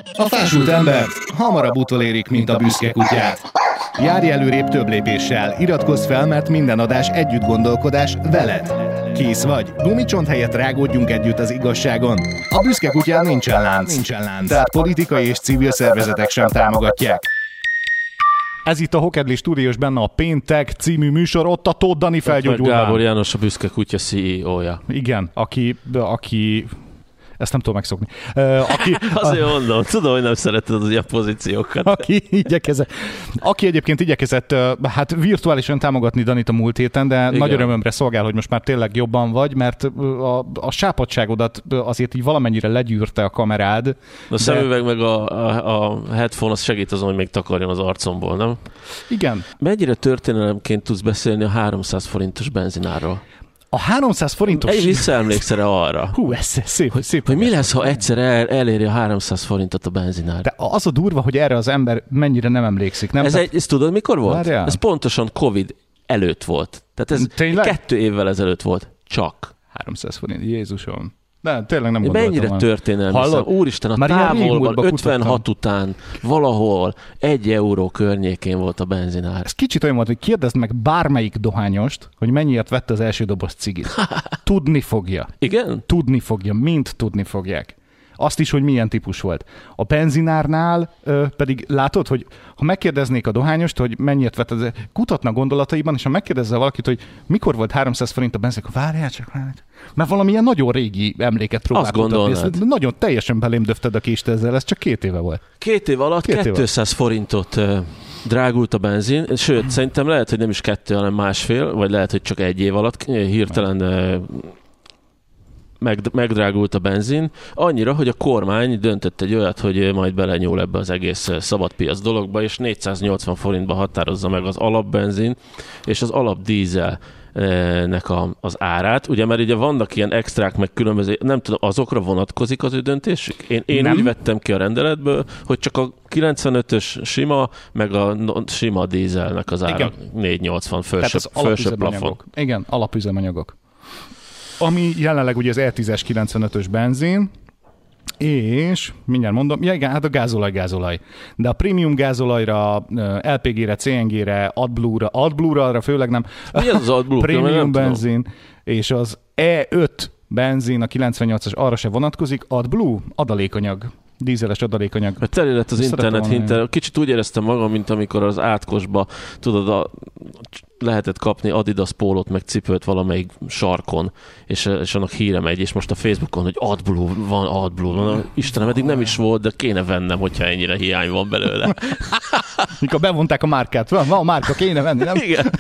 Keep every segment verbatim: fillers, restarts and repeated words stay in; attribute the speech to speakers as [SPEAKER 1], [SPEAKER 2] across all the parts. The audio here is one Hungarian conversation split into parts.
[SPEAKER 1] A fásult embert hamarabb utolérik, mint a büszke kutyát. Járj előrébb több lépéssel, iratkozz fel, mert minden adás együtt gondolkodás veled. Kész vagy? Gumicsont helyett rágódjunk együtt az igazságon. A büszke kutyán nincsen lánc, nincsen lánc, tehát politikai és civil szervezetek sem támogatják. Ez itt a Hokedli Stúdiós, benne a Péntek című műsor, ott a Tóth Dani felgyógyulván.
[SPEAKER 2] Gábor János, a büszke kutya cé e ó-ja.
[SPEAKER 1] Igen, aki... aki... Ezt nem tudom megszokni. Uh, aki,
[SPEAKER 2] Azért mondom, tudom, hogy nem szereted az ilyen pozíciókat.
[SPEAKER 1] Aki igyekezett, aki egyébként igyekezett uh, hát virtuálisan támogatni Danit a múlt héten, de igen, nagy örömömre szolgál, hogy most már tényleg jobban vagy, mert a, a sápadtságodat azért így valamennyire legyűrte a kamerád.
[SPEAKER 2] A de... szemüveg meg a, a, a headphone az segít azon, hogy még takarjon az arcomból, nem?
[SPEAKER 1] Igen.
[SPEAKER 2] Mennyire történelemként tudsz beszélni a háromszáz forintos benzinárról?
[SPEAKER 1] A háromszáz forintos...
[SPEAKER 2] Egy visszaemlékszel arra?
[SPEAKER 1] Hú, ez szép,
[SPEAKER 2] hogy,
[SPEAKER 1] szép.
[SPEAKER 2] Hogy mi lesz, ha egyszer el, eléri a háromszáz forintot a benzinár?
[SPEAKER 1] De az a durva, hogy erre az ember mennyire nem emlékszik, nem?
[SPEAKER 2] Ez
[SPEAKER 1] Tehát...
[SPEAKER 2] egy, ezt tudod, mikor volt?
[SPEAKER 1] Várjál.
[SPEAKER 2] Ez pontosan Covid előtt volt. Tehát ez
[SPEAKER 1] tényleg?
[SPEAKER 2] kettő évvel ezelőtt volt. Csak.
[SPEAKER 1] háromszáz forint, Jézusom. De tényleg nem gondoltam.
[SPEAKER 2] Mennyire történelmi szám. Úristen, a már távolban ötvenhat után valahol egy euró környékén volt a benzinár.
[SPEAKER 1] Ez kicsit olyan volt, hogy kérdezd meg bármelyik dohányost, hogy mennyiért vette az első doboz cigit. Tudni fogja.
[SPEAKER 2] Igen?
[SPEAKER 1] Tudni fogja, mind tudni fogják. Azt is, hogy milyen típus volt. A benzinárnál ö, pedig látod, hogy ha megkérdeznék a dohányost, hogy mennyiért vett, az, kutatna gondolataiban, és ha megkérdezze valakit, hogy mikor volt háromszáz forint a benzin, akkor várjál csak, várjál. Mert valamilyen nagyon régi emléket próbált mutatni. Nagyon teljesen belém döfted a kést ezzel, ez csak két éve volt.
[SPEAKER 2] Két év alatt két kétszáz év forintot uh, drágult a benzin, sőt, hmm. szerintem lehet, hogy nem is kettő, hanem másfél, vagy lehet, hogy csak egy év alatt hirtelen uh, Meg, megdrágult a benzin, annyira, hogy a kormány döntött egy olyat, hogy majd belenyúl ebbe az egész szabadpiac dologba, és négyszáznyolcvan forintba határozza meg az alapbenzin és az alapdízelnek a, az árát. Ugye, mert ugye vannak ilyen extrák, meg különböző, nem tudom, azokra vonatkozik az ő döntésük? Én, én úgy vettem ki a rendeletből, hogy csak a kilencvenötös sima, meg a sima dízelnek az ára négyszáznyolcvan felső, felső plafon.
[SPEAKER 1] Igen, alapüzemanyagok. Ami jelenleg ugye az E tízes kilencvenötös benzin, és mindjárt mondom, ja igen, hát a gázolaj, gázolaj. De a prémium gázolajra, el pé gére, cé en gére, AdBlue-ra, AdBlue-ra arra főleg nem.
[SPEAKER 2] Mi az az AdBlue?
[SPEAKER 1] Prémium benzin, és az E öt benzin, a kilencvennyolcas arra se vonatkozik, AdBlue, adalékanyag. Dízeles adalékanyag.
[SPEAKER 2] Mert teli lett az internet hinten. Kicsit úgy éreztem magam, mint amikor az átkosba, tudod, a, lehetett kapni Adidas pólót, meg cipőt valamelyik sarkon, és, és annak híre megy, és most a Facebookon, hogy AdBlue van, AdBlue van. Istenem, eddig nem is volt, de kéne vennem, hogyha ennyire hiány van belőle.
[SPEAKER 1] Mikor bevonták a márkát, van, van a márka, kéne venni, nem?
[SPEAKER 2] Igen.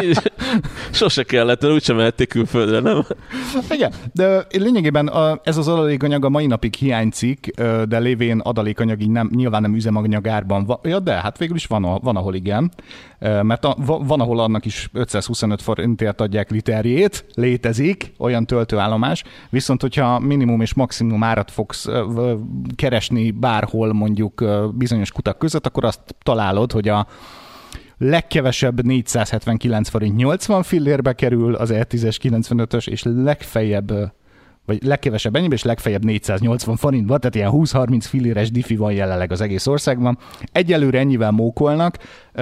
[SPEAKER 2] Sose kellett, mert úgysem mehették külföldre, nem?
[SPEAKER 1] Igen, de lényegében ez az adalékanyag a mai napig hiányzik, de lévén adalékanyag így nem, nyilván nem üzemanyagárban van. Ja, de hát végül is van, van ahol igen, mert a, van, ahol annak is ötszázhuszonöt forintért adják literjét, létezik olyan töltőállomás, viszont hogyha minimum és maximum árat fogsz keresni bárhol mondjuk bizonyos kutak között, akkor azt találod, hogy a legkevesebb négyszázhetvenkilenc forint nyolcvan fillérbe kerül az E tízes kilencvenötös, és legfeljebb, vagy legkevesebb ennyibe, és legfeljebb négyszáznyolcvan forintba, tehát ilyen húsz-harminc filléres diffi van jelenleg az egész országban. Egyelőre ennyivel mókolnak,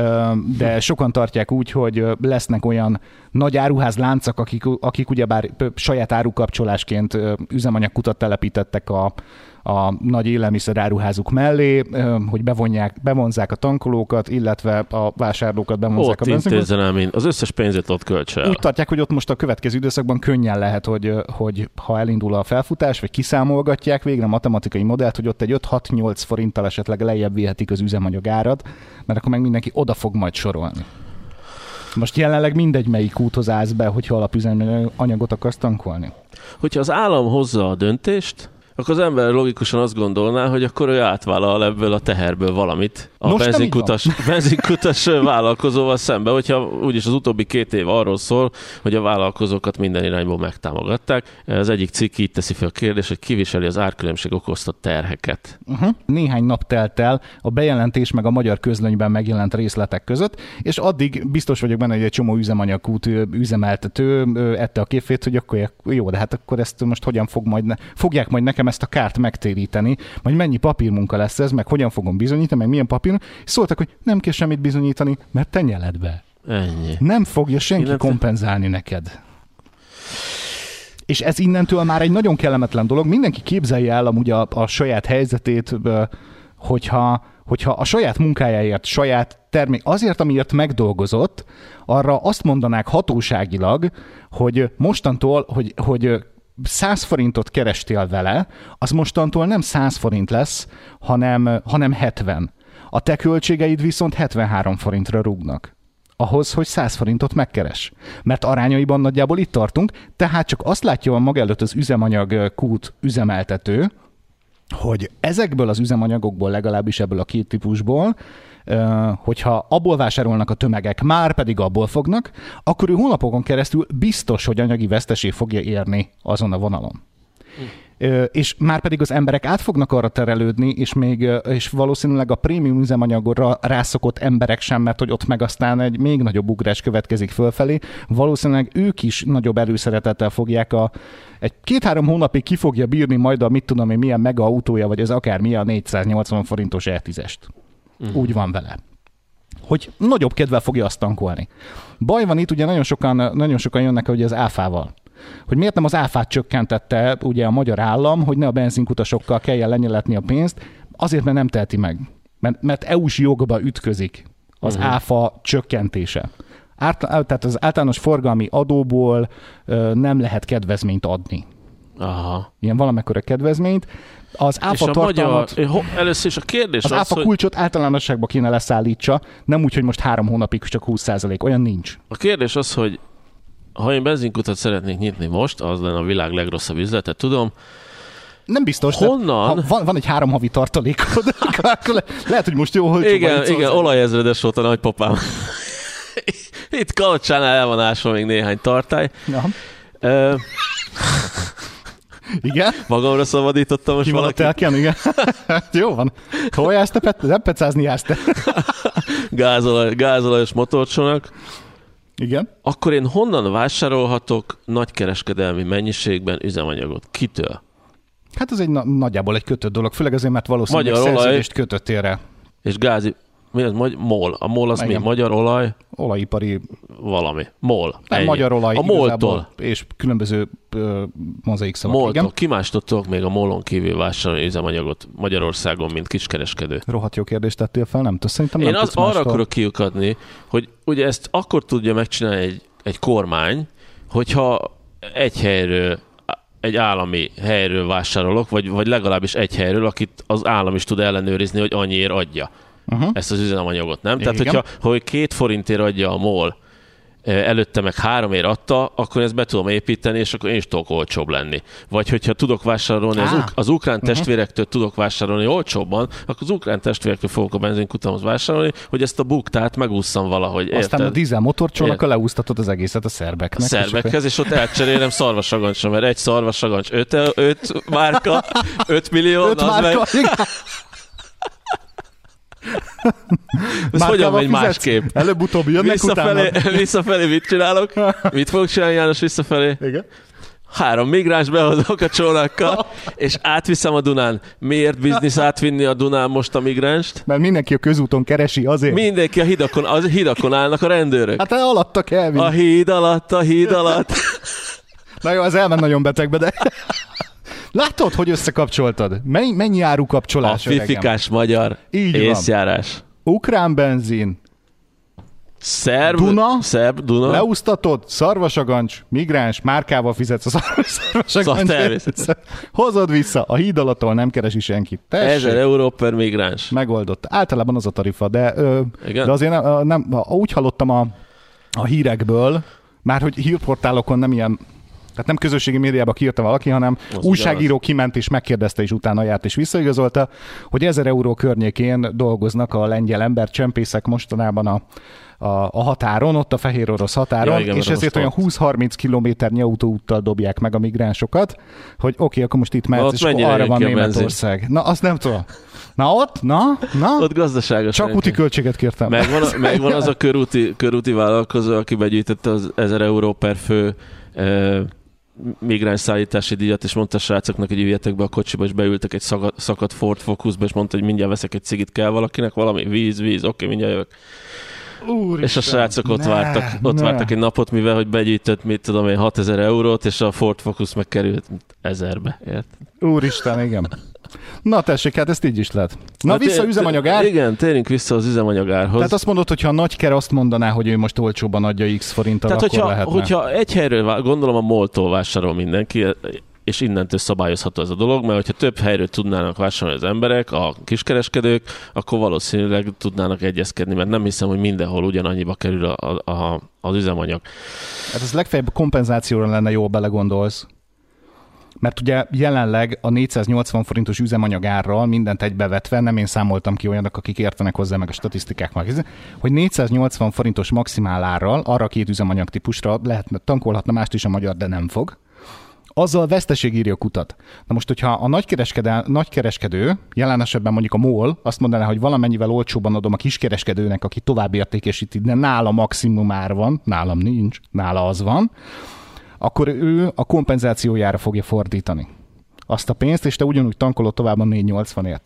[SPEAKER 1] de sokan tartják úgy, hogy lesznek olyan nagy áruház láncok, akik, akik ugyebár saját árukapcsolásként üzemanyagkutat telepítettek a a nagy élelmiszer áruházuk mellé, hogy bevonják, bevonzák a tankolókat, illetve a vásárlókat bevonzák
[SPEAKER 2] ott
[SPEAKER 1] a benzinkot.
[SPEAKER 2] Ott intézzen az összes pénzét ott költse el.
[SPEAKER 1] Úgy tartják, hogy ott most a következő időszakban könnyen lehet, hogy, hogy ha elindul a felfutás, vagy kiszámolgatják végre a matematikai modellt, hogy ott egy öt-hat-nyolc forinttal esetleg lejjebb vihetik az üzemanyag árat, mert akkor meg mindenki oda fog majd sorolni. Most jelenleg mindegy, melyik úthoz állsz be, hogyha alapüzemanyagot akarsz tankolni.
[SPEAKER 2] Hogyha az állam hozza a döntést, akkor az ember logikusan azt gondolná, hogy akkor ő átvállal ebből a teherből valamit, a benzinkutas, benzinkutas vállalkozóval szemben, hogyha úgyis az utóbbi két év arról szól, hogy a vállalkozókat minden irányból megtámogatták. Az egyik cikk így teszi fel a kérdést, hogy kiviseli az árkülönbség okozta terheket.
[SPEAKER 1] Uh-huh. Néhány nap telt el a bejelentés meg a magyar közlönyben megjelent részletek között, és addig biztos vagyok benne, hogy egy csomó üzemanyagút üzemeltető ette a képét, hogy akkor jó, de hát akkor ezt most hogyan fog majd ne, fogják majd nekem ezt a kárt megtéríteni, majd mennyi papírmunka lesz ez, meg hogyan fogom bizonyítani, meg milyen papír. Szóltak, hogy nem kell semmit bizonyítani, mert te nyeled be.
[SPEAKER 2] Ennyi.
[SPEAKER 1] Nem fogja senki Illetve... kompenzálni neked. És ez innentől már egy nagyon kellemetlen dolog. Mindenki képzelje el amúgy a, a saját helyzetét, hogyha, hogyha a saját munkájáért, saját termék, azért, amiért megdolgozott, arra azt mondanák hatóságilag, hogy mostantól, hogy, hogy száz forintot kerestél vele, az mostantól nem száz forint lesz, hanem, hanem hetven. A te költségeid viszont hetvenhárom forintra rúgnak. Ahhoz, hogy száz forintot megkeres. Mert arányaiban nagyjából itt tartunk, tehát csak azt látja maga előtt az üzemanyag kút üzemeltető, hogy ezekből az üzemanyagokból, legalábbis ebből a két típusból, hogyha abból vásárolnak a tömegek, már pedig abból fognak, akkor ő hónapokon keresztül biztos, hogy anyagi veszteség fogja érni azon a vonalon. Hm. És már pedig az emberek át fognak arra terelődni, és még és valószínűleg a prémium üzemanyagra rászokott emberek sem, mert hogy ott meg aztán egy még nagyobb ugrás következik fölfelé, valószínűleg ők is nagyobb előszeretettel fogják a egy két-három hónapig ki fogja bírni majd a mit tudom én milyen mega autója, vagy az akármilyen a négyszáznyolcvan forintos E tízest. Uh-huh. Úgy van vele. Hogy nagyobb kedvel fogja azt tankolni. Baj van itt, ugye nagyon sokan, nagyon sokan jönnek ugye az áfával. Hogy miért nem az áfát csökkentette ugye a magyar állam, hogy ne a benzinkutasokkal kelljen lenyeletni a pénzt, azért, mert nem teheti meg. Mert, mert é u-s jogba ütközik az uh-huh. áfa csökkentése. Árt, tehát az általános forgalmi adóból ö, nem lehet kedvezményt adni.
[SPEAKER 2] Aha.
[SPEAKER 1] Ilyen valamekkora kedvezményt. Az áfa tartalmat,
[SPEAKER 2] magyar, először is a kérdés
[SPEAKER 1] az, az áfa hogy... kulcsot általánosságban kéne leszállítsa, nem úgy, hogy most három hónapig csak húsz százalék, olyan nincs.
[SPEAKER 2] A kérdés az, hogy ha én benzinkutat szeretnék nyitni most, az lenne a világ legrosszabb üzlete, tudom.
[SPEAKER 1] Nem biztos.
[SPEAKER 2] Honnan?
[SPEAKER 1] Ha van, van egy három havi tartalékod, akkor le, lehet, hogy most jó, hogy
[SPEAKER 2] igen, igen, olajezredes volt a nagypapám. Itt Kalocsánál el van ásva még néhány tartály. Uh,
[SPEAKER 1] igen?
[SPEAKER 2] Magamra szabadítottam most valaki.
[SPEAKER 1] Telken, igen. Jó van. Hol jársz te? Nem pecázni jársz te.
[SPEAKER 2] Gázolaj, gázolajos motorcsónak.
[SPEAKER 1] Igen.
[SPEAKER 2] Akkor én honnan vásárolhatok nagykereskedelmi mennyiségben üzemanyagot? Kitől?
[SPEAKER 1] Hát ez egy na- nagyjából egy kötött dolog, főleg azért, mert valószínűleg
[SPEAKER 2] magyar
[SPEAKER 1] szerződést
[SPEAKER 2] olaj
[SPEAKER 1] kötöttél rá.
[SPEAKER 2] És gázi... Mi az? Magy- MOL. A MOL az igen. Mi? Magyar olaj?
[SPEAKER 1] Olajipari...
[SPEAKER 2] Valami. MOL.
[SPEAKER 1] Nem, magyar olaj.
[SPEAKER 2] A MOL-tól.
[SPEAKER 1] És különböző uh, mozaik szavak.
[SPEAKER 2] MOL-tól. Ki más tudtok még a MOL-on kívül vásárolni üzemanyagot Magyarországon, mint kiskereskedő?
[SPEAKER 1] Rohadt jó kérdést tettél fel, nem tudom. Szerintem
[SPEAKER 2] Én
[SPEAKER 1] nem
[SPEAKER 2] az arra akarok kiukadni, hogy ugye ezt akkor tudja megcsinálni egy, egy kormány, hogyha egy helyről, egy állami helyről vásárolok, vagy, vagy legalábbis egy helyről, akit az állam is tud ellenőrizni, hogy annyiért adja. Uh-huh. Ezt az üzemanyagot, nem? Igen. Tehát, hogyha hogy két forintért adja a MOL, előtte meg háromért adta, akkor ezt be tudom építeni, és akkor én is tudok olcsóbb lenni. Vagy hogyha tudok vásárolni, az, uk- az ukrán uh-huh. testvérektől tudok vásárolni olcsóbban, akkor az ukrán testvérektől fogok a benzinkutamhoz vásárolni, hogy ezt a buktát megússzam valahogy.
[SPEAKER 1] Aztán érted? A dízel motorcsónakkal leúsztatod az egészet a szerbeknek.
[SPEAKER 2] A szerbekhez, és, és ott elcserélem szarvasagancsra, mert egy szarvasagancs öt márka, öt millió.
[SPEAKER 1] öt márka, meg...
[SPEAKER 2] Ez hogyan megy másképp?
[SPEAKER 1] Előbb-utóbb jönnek
[SPEAKER 2] visszafelé, utána. Visszafelé mit csinálok? Mit fogok csinálni, János, visszafelé?
[SPEAKER 1] Igen.
[SPEAKER 2] Három migráns behozok a csónakkal, és átviszem a Dunán. Miért biznisz átvinni a Dunán most a migránst?
[SPEAKER 1] Mert mindenki a közúton keresi azért.
[SPEAKER 2] Mindenki a hidakon, a hidakon állnak a rendőrök.
[SPEAKER 1] Hát alatta kell vinni.
[SPEAKER 2] A híd alatt, a híd alatt.
[SPEAKER 1] Na jó, az elment nagyon betegbe, de... Látod, hogy összekapcsoltad? Mennyi, mennyi árukapcsolás?
[SPEAKER 2] A fifikás magyar
[SPEAKER 1] így
[SPEAKER 2] észjárás.
[SPEAKER 1] Van. Ukrán benzin.
[SPEAKER 2] Szerb,
[SPEAKER 1] Duna.
[SPEAKER 2] Szerb, Duna.
[SPEAKER 1] Leúsztatod, szarvasagancs, migráns, márkával fizetsz a szarvasagancs. Hozod vissza, a híd alattól nem keresi senkit.
[SPEAKER 2] Ezer euró per migráns.
[SPEAKER 1] Megoldott. Általában az a tarifa, de, ö, de azért nem, nem, úgy hallottam a, a hírekből, már hogy hírportálokon nem ilyen Tehát nem közösségi médiában kiírta valaki, hanem az újságíró ugyanaz. Kiment és megkérdezte, és utána járt és visszaigazolta, hogy ezer euró környékén dolgoznak a lengyel embercsempészek mostanában a, a, a határon, ott a fehér orosz határon, ja, igen, és ezért olyan húsz-harminc kilométernyi autóúttal dobják meg a migránsokat, hogy oké, okay, akkor most itt mehetsz, és arra van Németország. Na, azt nem tudom. Na ott, na, na.
[SPEAKER 2] Ott gazdaságos.
[SPEAKER 1] Csak úti költséget kértem.
[SPEAKER 2] Megvan, megvan az a körúti, körúti vállalkozó, aki begyűjtette az ezer euró per fő e, migráns szállítási díjat, és mondta a srácoknak, hogy üljetek be a kocsiba, és beültek egy szakadt, szakadt Ford Focusba, és mondta, hogy mindjárt veszek egy cigit, kell valakinek valami, víz, víz, oké, mindjárt jövök. Úristen, és a srácok ott, ne, vártak, ott vártak egy napot, mivel hogy begyűjtött, mit tudom én, hatezer eurót, és a Ford Focus megkerült ezerbe. Ért?
[SPEAKER 1] Úristen, igen. Na tessék, hát ezt így is lehet. Na hát vissza üzemanyagár.
[SPEAKER 2] Igen, térjünk vissza az üzemanyagárhoz.
[SPEAKER 1] Tehát azt mondod, hogyha a nagyker azt mondaná, hogy ő most olcsóban adja X forinttal,
[SPEAKER 2] tehát,
[SPEAKER 1] akkor
[SPEAKER 2] hogyha,
[SPEAKER 1] lehetne.
[SPEAKER 2] hogyha egy helyről, gondolom a MOL-tól vásárol mindenki, és innentől szabályozható ez a dolog, mert hogyha több helyről tudnának vásárolni az emberek, a kiskereskedők, akkor valószínűleg tudnának egyezkedni, mert nem hiszem, hogy mindenhol ugyanannyiba kerül a, a, az üzemanyag.
[SPEAKER 1] Hát ez legfeljebb kompenzációra lenne, jól belegondolsz. Mert ugye jelenleg a négyszáznyolcvan forintos üzemanyagárral mindent egybevetve, nem én számoltam ki olyanok, akik értenek hozzá, meg a statisztikák meg, hogy négyszáznyolcvan forintos maximál árral arra a két üzemanyagtípusra lehetne, tankolhatna mást is a magyar, de nem fog. Azzal veszteség írja a kutat. Na most, hogyha a nagykereskedő, jelen esetben mondjuk a MOL, azt mondaná, hogy valamennyivel olcsóban adom a kiskereskedőnek, aki tovább értékesíti, de nála maximum ár van, nálam nincs, nála az van, akkor ő a kompenzációjára fogja fordítani azt a pénzt, és te ugyanúgy tankolod tovább a négy nyolcvanért.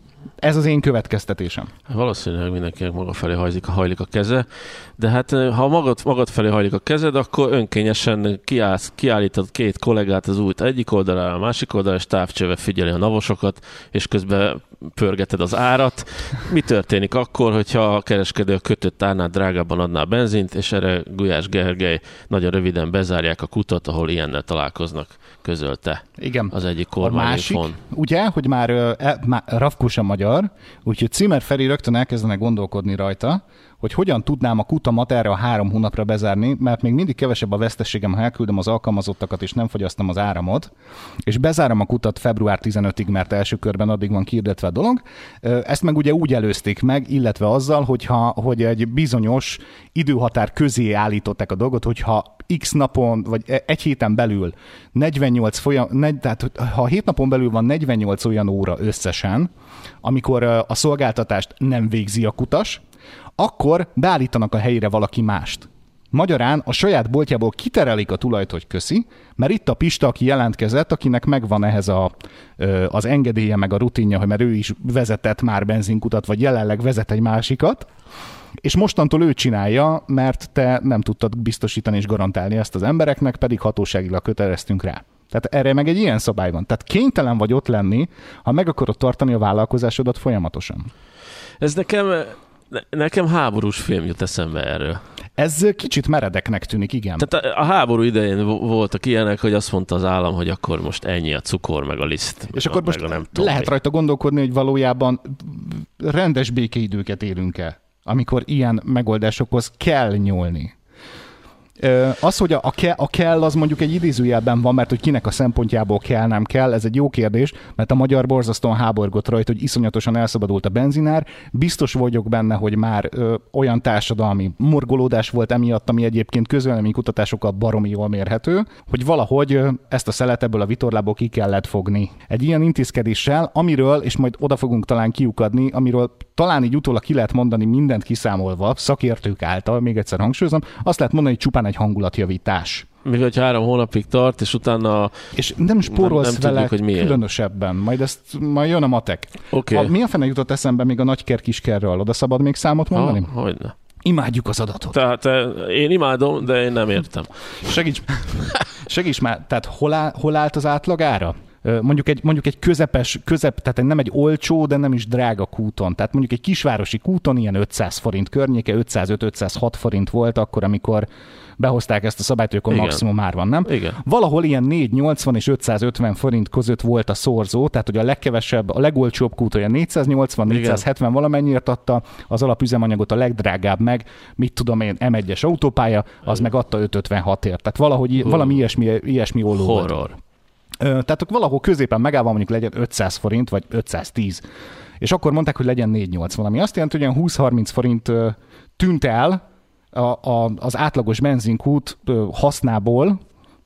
[SPEAKER 1] Ez az én következtetésem.
[SPEAKER 2] Valószínűleg mindenkinek maga felé hajlik, hajlik a keze, de hát ha magad, magad felé hajlik a kezed, akkor önkényesen kiállsz, kiállítod két kollégát az út egyik oldalára, a másik oldalra, és távcsőve figyeli a navosokat, és közben pörgeted az árat. Mi történik akkor, hogyha a kereskedő a kötött árnál drágábban adná a benzint, és erre Gulyás Gergely nagyon röviden bezárják a kutat, ahol ilyennel találkoznak, közölte.
[SPEAKER 1] Igen.
[SPEAKER 2] Az egyik kormányinfon.
[SPEAKER 1] A másik, ugye, hogy már, e, már Ravkus a magyar, úgyhogy Cimmer Feri rögtön elkezdene gondolkodni rajta, hogy hogyan tudnám a kutamat erre a három hónapra bezárni, mert még mindig kevesebb a veszteségem, ha elküldöm az alkalmazottakat, és nem fogyasztom az áramot, és bezárom a kutat február tizenötödiig, mert első körben addig van kiirdetve a dolog. Ezt meg ugye úgy előzték meg, illetve azzal, hogyha, hogy egy bizonyos időhatár közé állították a dolgot, hogyha x napon, vagy egy héten belül negyvennyolc folyam, negy, tehát ha hét napon belül van negyvennyolc olyan óra összesen, amikor a szolgáltatást nem végzi a kutas, akkor beállítanak a helyére valaki mást. Magyarán a saját boltjából kiterelik a tulajt, hogy köszi, mert itt a Pista, aki jelentkezett, akinek megvan ehhez a, az engedélye, meg a rutinja, hogy mert ő is vezetett már benzinkutat, vagy jelenleg vezet egy másikat, és mostantól ő csinálja, mert te nem tudtad biztosítani és garantálni ezt az embereknek, pedig hatóságilag köteleztünk rá. Tehát erre meg egy ilyen szabály van. Tehát kénytelen vagy ott lenni, ha meg akarod tartani a vállalkozásodat folyamatosan.
[SPEAKER 2] Ez nekem... Nekem háborús film jut eszembe erről.
[SPEAKER 1] Ez kicsit meredeknek tűnik, igen.
[SPEAKER 2] Tehát a, a háború idején voltak ilyenek, hogy azt mondta az állam, hogy akkor most ennyi a cukor, meg a liszt.
[SPEAKER 1] És akkor most nem lehet mi. rajta gondolkodni, hogy valójában rendes békeidőket élünk el, amikor ilyen megoldásokhoz kell nyúlni. Az, hogy a, ke, a kell, az mondjuk egy idézőjelben van, mert hogy kinek a szempontjából kell, nem kell, ez egy jó kérdés, mert a magyar borzasztóan háborgott rajta, hogy iszonyatosan elszabadult a benzinár. Biztos vagyok benne, hogy már ö, olyan társadalmi morgolódás volt emiatt, ami egyébként közvéleménykutatásokkal baromi jól mérhető, hogy valahogy ö, ezt a szelet ebből a vitorlából ki kellett fogni. Egy ilyen intézkedéssel, amiről, és majd oda fogunk talán kiukadni, amiről talán így utólag ki lehet mondani mindent kiszámolva, szakértők által, még egyszer hangsúlyozom, azt lehet mondani, hogy csupán egy hangulatjavítás.
[SPEAKER 2] Még hogy három hónapig tart, és utána...
[SPEAKER 1] És nem spórolsz nem, nem vele tudjuk, hogy különösebben. Majd, ezt, majd jön a matek.
[SPEAKER 2] Okay.
[SPEAKER 1] A, mi a fene jutott eszembe még a nagyker kiskerről? Oda szabad még számot mondani?
[SPEAKER 2] Ha, hogyne.
[SPEAKER 1] Imádjuk az adatot.
[SPEAKER 2] Tehát én imádom, de én nem értem.
[SPEAKER 1] Segíts, segíts már, tehát hol, áll, hol állt az átlagára? mondjuk egy, mondjuk egy közepes, közep, tehát nem egy olcsó, de nem is drága kúton. Tehát mondjuk egy kisvárosi kúton ilyen ötszáz forint környéke, ötszázöt-ötszázhat forint volt akkor, amikor behozták ezt a szabályt, hogy akkor igen. maximum ár van, nem?
[SPEAKER 2] Igen.
[SPEAKER 1] Valahol ilyen négyszáznyolcvan és ötszázötven forint között volt a szorzó, tehát hogy a legkevesebb, a legolcsóbb kút olyan négyszáznyolcvan négyszázhetven valamennyiért adta, az alapüzemanyagot a legdrágább meg, mit tudom én, em egyes autópálya, az meg adta ötszázötvenhatért. Tehát valahogy uh. valami ilyesmi, ilyesmi olló volt.
[SPEAKER 2] Horror.
[SPEAKER 1] Tehát valahol középen megállva mondjuk legyen ötszáz forint, vagy ötszáztíz. És akkor mondták, hogy legyen négyszáznyolcvan, ami azt jelenti, hogy olyan húsz-harminc forint tűnt el a, a, az átlagos benzinkút hasznából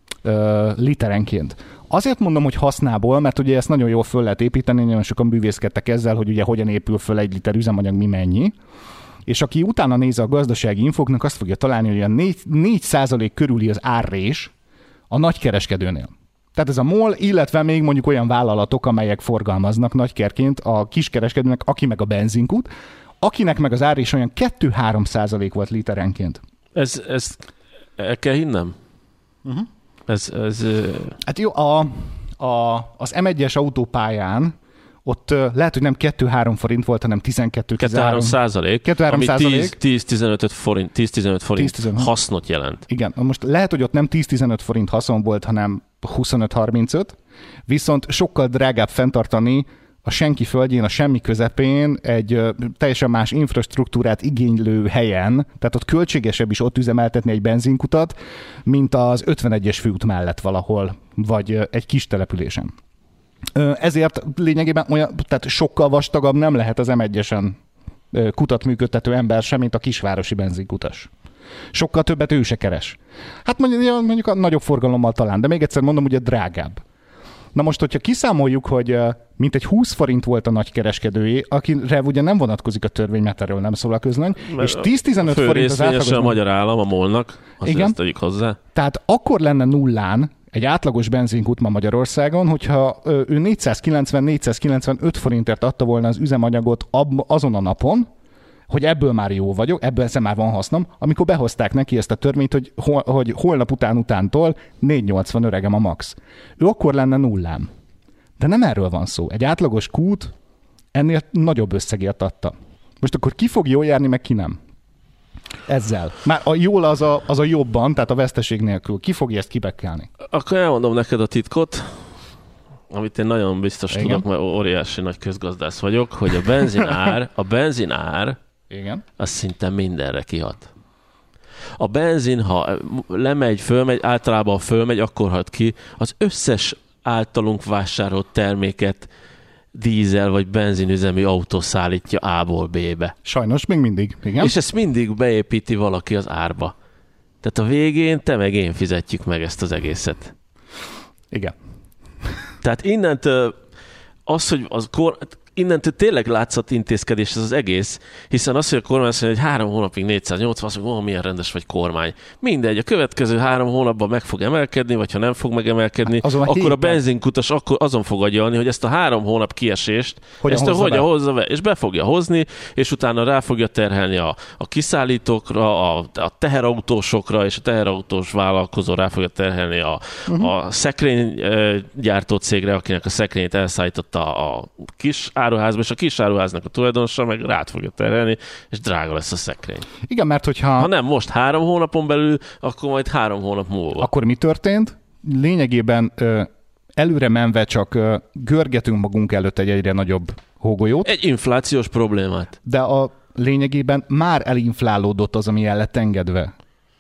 [SPEAKER 1] literenként. Azért mondom, hogy hasznából, mert ugye ezt nagyon jól föl lehet építeni, nagyon sokan bűvészkedtek ezzel, hogy ugye hogyan épül föl egy liter üzemanyag, mi mennyi. És aki utána néz a gazdasági infoknak, azt fogja találni, hogy olyan négy százalék körüli az árrés a nagykereskedőnél. Tehát ez a MOL, illetve még mondjuk olyan vállalatok, amelyek forgalmaznak nagykerként a kiskereskedőnek, aki meg a benzinkút, akinek meg az árrés olyan kettő-három százalék volt literenként.
[SPEAKER 2] Ez, ez el kell hinnem? Uh-huh. Ez, ez...
[SPEAKER 1] Hát jó, a, a, az em egyes autópályán ott lehet, hogy nem kettő-három forint volt, hanem tizenkettő-tizenhárom
[SPEAKER 2] százalék, ami tíz-tizenöt forint, tíz-tizenöt forint tíz-tizenöt hasznot jelent.
[SPEAKER 1] Igen, most lehet, hogy ott nem tíz-tizenöt forint haszon volt, hanem huszonöt-harmincöt, viszont sokkal drágább fenntartani a senki földjén, a semmi közepén egy ö, teljesen más infrastruktúrát igénylő helyen, tehát ott költségesebb is ott üzemeltetni egy benzinkutat, mint az ötvenegyes főút mellett valahol, vagy ö, egy kis településen. Ö, ezért lényegében olyan, tehát sokkal vastagabb nem lehet az em egyesen ö, kutat működtető ember sem, mint a kisvárosi benzinkutas. Sokkal többet ő se keres. Hát mondjuk, mondjuk a nagyobb forgalommal talán, de még egyszer mondom, ugye drágább. Na most, hogyha kiszámoljuk, hogy mintegy húsz forint volt a nagykereskedőjé, akire ugye nem vonatkozik a törvény, mert erről nem szól a közlöny, és tíz-tizenöt forint az átlagos...
[SPEAKER 2] a magyar állam, a MOL-nak, azt ezt tegyük hozzá.
[SPEAKER 1] Tehát akkor lenne nullán egy átlagos benzinkút ma Magyarországon, hogyha ő négyszázkilencven-négyszázkilencvenöt forintért adta volna az üzemanyagot azon a napon, hogy ebből már jó vagyok, ebből ezzel már van hasznom, amikor behozták neki ezt a törvényt, hogy, hol, hogy holnap után utántól négyszáznyolcvan öregem a max. Ő akkor lenne nullám. De nem erről van szó. Egy átlagos kút ennél nagyobb összegért adta. Most akkor ki fog jól járni, meg ki nem? Ezzel. Már a jól az a, az a jobban, tehát a veszteség nélkül. Ki fogja ezt kibekkelni?
[SPEAKER 2] Akkor elmondom neked a titkot, amit én nagyon biztos Igen. tudok, mert óriási nagy közgazdász vagyok, hogy a benzinár, a benzinár
[SPEAKER 1] Igen.
[SPEAKER 2] az szinte mindenre kihat. A benzin, ha lemegy, fölmegy, általában ha fölmegy, akkor hat ki az összes általunk vásárolt terméket dízel vagy benzinüzemű autó szállítja A-ból B-be.
[SPEAKER 1] Sajnos még mindig, igen.
[SPEAKER 2] És ezt mindig beépíti valaki az árba. Tehát a végén te meg én fizetjük meg ezt az egészet.
[SPEAKER 1] Igen.
[SPEAKER 2] Tehát innentől az, hogy az kor... innentől tényleg látszat intézkedés ez az egész, hiszen az, hogy a kormány azt mondja, hogy három hónapig négyszáznyolcvan, azt mondja, hogy milyen rendes vagy kormány. Mindegy, a következő három hónapban meg fog emelkedni, vagy ha nem fog megemelkedni, hát akkor héten. A benzinkutas akkor azon fog agyalni, hogy ezt a három hónap kiesést, hogyan ezt hozza, hogyan hozza be, és be fogja hozni, és utána rá fogja terhelni a, a kiszállítókra, a, a teherautósokra, és a teherautós vállalkozó rá fogja terhelni a, uh-huh. a szekrénygyártó cégre, akinek a szekrényt elszállította a kis áruházba, és a kis áruháznak a tulajdonosa meg rád fogja terelni, és drága lesz a szekrény.
[SPEAKER 1] Igen, mert hogyha...
[SPEAKER 2] Ha nem most három hónapon belül, akkor majd három hónap múlva.
[SPEAKER 1] Akkor mi történt? Lényegében ö, előre menve csak ö, görgetünk magunk előtt egy egyre nagyobb hógolyót.
[SPEAKER 2] Egy inflációs problémát.
[SPEAKER 1] De a lényegében már elinflálódott az, ami el lett engedve.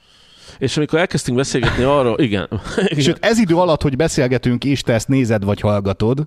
[SPEAKER 2] És amikor elkezdtünk beszélgetni arról, igen. igen.
[SPEAKER 1] Sőt, ez idő alatt, hogy beszélgetünk, és te ezt nézed vagy hallgatod,